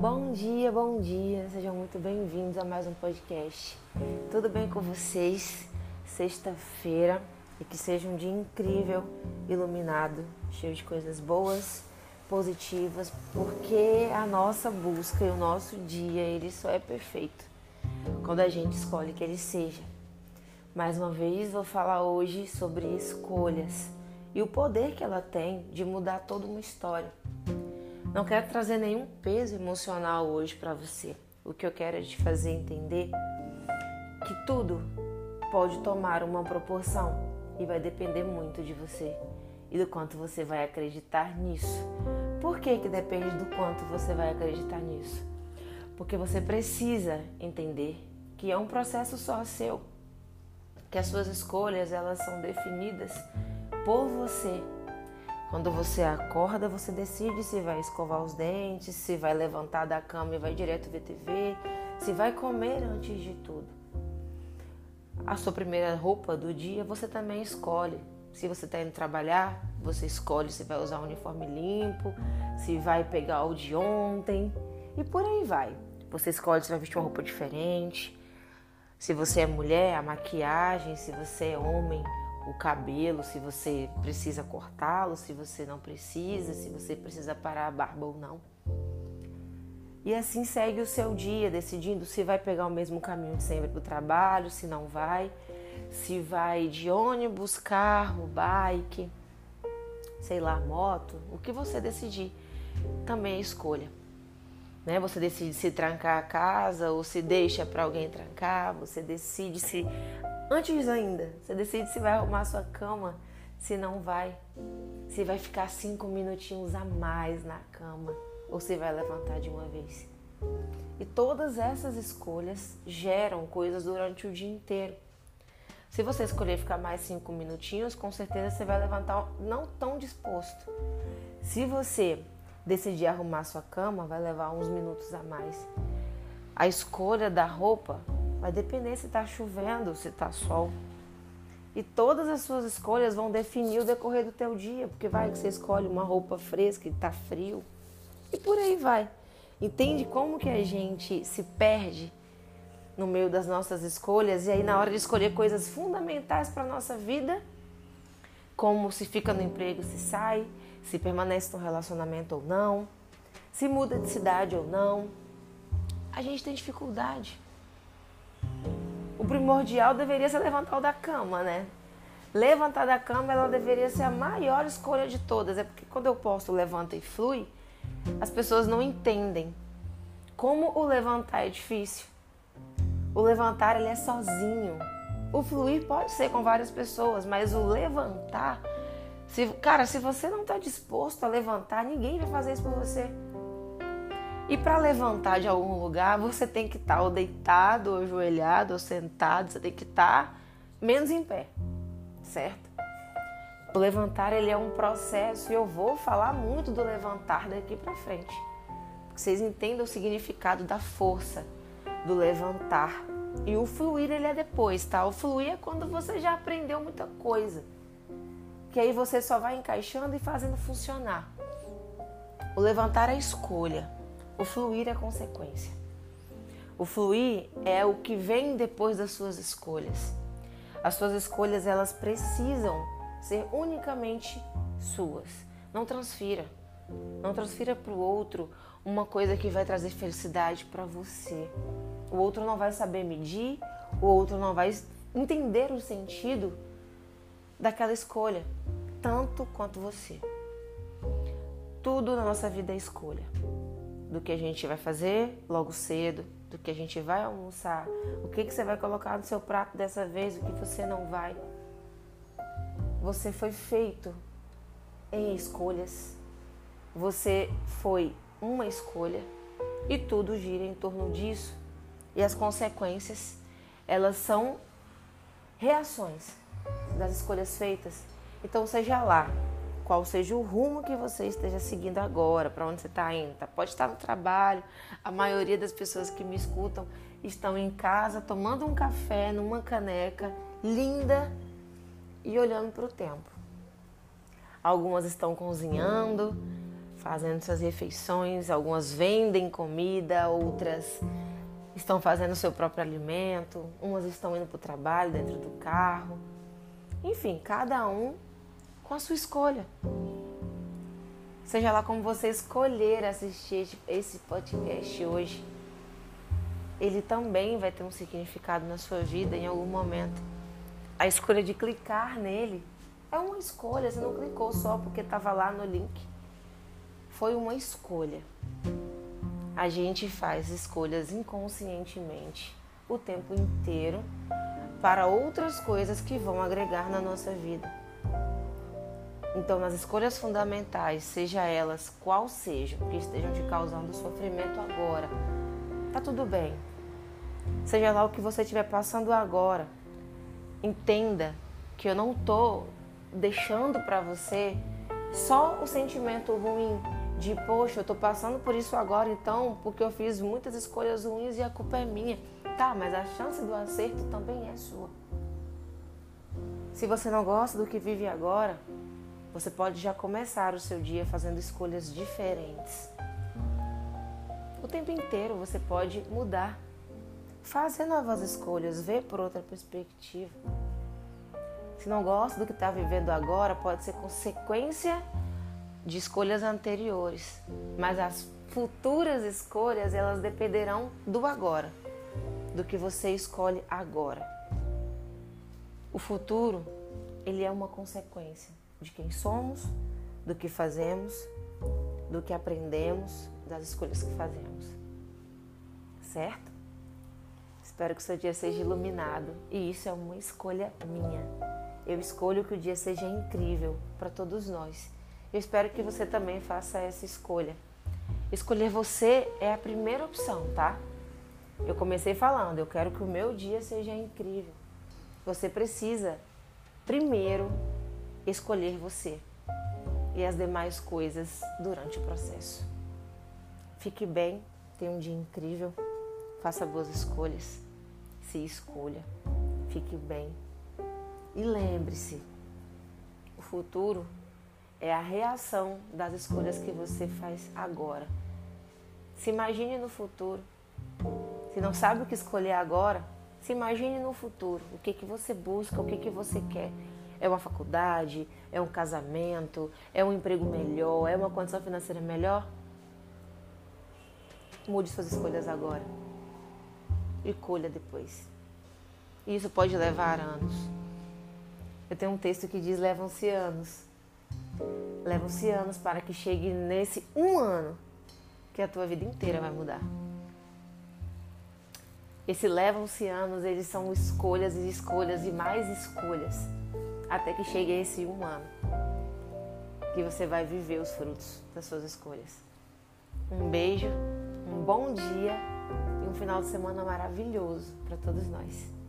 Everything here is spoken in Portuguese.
Bom dia, sejam muito bem-vindos a mais um podcast. Tudo bem com vocês? Sexta-feira, e que seja um dia incrível, iluminado, cheio de coisas boas, positivas, porque a nossa busca e o nosso dia, ele só é perfeito quando a gente escolhe que ele seja. Mais uma vez, vou falar hoje sobre escolhas e o poder que ela tem de mudar toda uma história. Não quero trazer nenhum peso emocional hoje para você. O que eu quero é te fazer entender que tudo pode tomar uma proporção e vai depender muito de você e do quanto você vai acreditar nisso. Por que depende do quanto você vai acreditar nisso? Porque você precisa entender que é um processo só seu, que as suas escolhas elas são definidas por você. Quando você acorda, você decide se vai escovar os dentes, se vai levantar da cama e vai direto ver TV, se vai comer antes de tudo. A sua primeira roupa do dia, você também escolhe. Se você está indo trabalhar, você escolhe se vai usar um uniforme limpo, se vai pegar o de ontem e por aí vai. Você escolhe se vai vestir uma roupa diferente. Se você é mulher, a maquiagem, se você é homem, o cabelo, se você precisa cortá-lo, se você não precisa, se você precisa parar a barba ou não. E assim segue o seu dia, decidindo se vai pegar o mesmo caminho de sempre para o trabalho, se não vai, se vai de ônibus, carro, bike, sei lá, moto, o que você decidir também é escolha. Né? Você decide se trancar a casa ou se deixa para alguém trancar, você decide se... Antes ainda, você decide se vai arrumar a sua cama, se não vai, se vai ficar 5 minutinhos a mais na cama ou se vai levantar de uma vez. E todas essas escolhas geram coisas durante o dia inteiro. Se você escolher ficar mais 5 minutinhos, com certeza você vai levantar não tão disposto. Se você decidir arrumar a sua cama, vai levar uns minutos a mais. A escolha da roupa vai depender se está chovendo, se está sol. E todas as suas escolhas vão definir o decorrer do teu dia, porque vai que você escolhe uma roupa fresca e está frio. E por aí vai. Entende como que a gente se perde no meio das nossas escolhas? E aí na hora de escolher coisas fundamentais para a nossa vida, como se fica no emprego, se sai, se permanece no relacionamento ou não, se muda de cidade ou não, a gente tem dificuldade. O primordial deveria ser levantar da cama, né? Levantar da cama, ela deveria ser a maior escolha de todas. É porque quando eu posto levanta e flui, as pessoas não entendem como o levantar é difícil. O levantar, ele é sozinho. O fluir pode ser com várias pessoas, mas o levantar... se você não está disposto a levantar, ninguém vai fazer isso por você. E para levantar de algum lugar, você tem que estar ou deitado, ou ajoelhado, ou sentado. Você tem que estar menos em pé, certo? O levantar, ele é um processo e eu vou falar muito do levantar daqui para frente. Porque vocês entendam o significado da força do levantar. E o fluir, ele é depois, tá? O fluir é quando você já aprendeu muita coisa. Que aí você só vai encaixando e fazendo funcionar. O levantar é escolha. O fluir é consequência. O fluir é o que vem depois das suas escolhas. As suas escolhas, elas precisam ser unicamente suas. Não transfira. Não transfira para o outro uma coisa que vai trazer felicidade para você. O outro não vai saber medir, o outro não vai entender o sentido daquela escolha, tanto quanto você. Tudo na nossa vida é escolha. Do que a gente vai fazer logo cedo, do que a gente vai almoçar, o que você vai colocar no seu prato dessa vez, o que você não vai. Você foi feito em escolhas, você foi uma escolha e tudo gira em torno disso. E as consequências, elas são reações das escolhas feitas. Então seja lá qual seja o rumo que você esteja seguindo agora, para onde você está indo. Pode estar no trabalho, a maioria das pessoas que me escutam estão em casa, tomando um café numa caneca linda e olhando para o tempo. Algumas estão cozinhando, fazendo suas refeições, algumas vendem comida, outras estão fazendo o seu próprio alimento, umas estão indo para o trabalho dentro do carro. Enfim, cada um com a sua escolha. Seja lá como você escolher assistir esse podcast hoje, ele também vai ter um significado na sua vida em algum momento. A escolha de clicar nele é uma escolha, você não clicou só porque estava lá no link. Foi uma escolha. A gente faz escolhas inconscientemente o tempo inteiro para outras coisas que vão agregar na nossa vida. Então, nas escolhas fundamentais, seja elas qual sejam, que estejam te causando sofrimento agora, tá tudo bem. Seja lá o que você estiver passando agora, entenda que eu não tô deixando para você só o sentimento ruim de, poxa, eu tô passando por isso agora, então, porque eu fiz muitas escolhas ruins e a culpa é minha. Tá, mas a chance do acerto também é sua. Se você não gosta do que vive agora, você pode já começar o seu dia fazendo escolhas diferentes. O tempo inteiro você pode mudar, fazer novas escolhas, ver por outra perspectiva. Se não gosta do que está vivendo agora, pode ser consequência de escolhas anteriores. Mas as futuras escolhas, elas dependerão do agora, do que você escolhe agora. O futuro, ele é uma consequência de quem somos, do que fazemos, do que aprendemos, das escolhas que fazemos. Certo? Espero que o seu dia seja iluminado e isso é uma escolha minha. Eu escolho que o dia seja incrível para todos nós. Eu espero que você também faça essa escolha. Escolher você é a primeira opção, tá? Eu comecei falando, eu quero que o meu dia seja incrível. Você precisa, primeiro, escolher você e as demais coisas durante o processo. Fique bem, tenha um dia incrível, faça boas escolhas, se escolha, fique bem. E lembre-se, o futuro é a reação das escolhas que você faz agora. Se imagine no futuro. Se não sabe o que escolher agora, se imagine no futuro. O que você busca, o que você quer. É uma faculdade, é um casamento, é um emprego melhor, é uma condição financeira melhor? Mude suas escolhas agora e colha depois. Isso pode levar anos. Eu tenho um texto que diz: levam-se anos. Levam-se anos para que chegue nesse um ano que a tua vida inteira vai mudar. Esse levam-se anos, eles são escolhas e escolhas e mais escolhas, até que chegue esse um ano que você vai viver os frutos das suas escolhas. Um beijo, um bom dia e um final de semana maravilhoso para todos nós.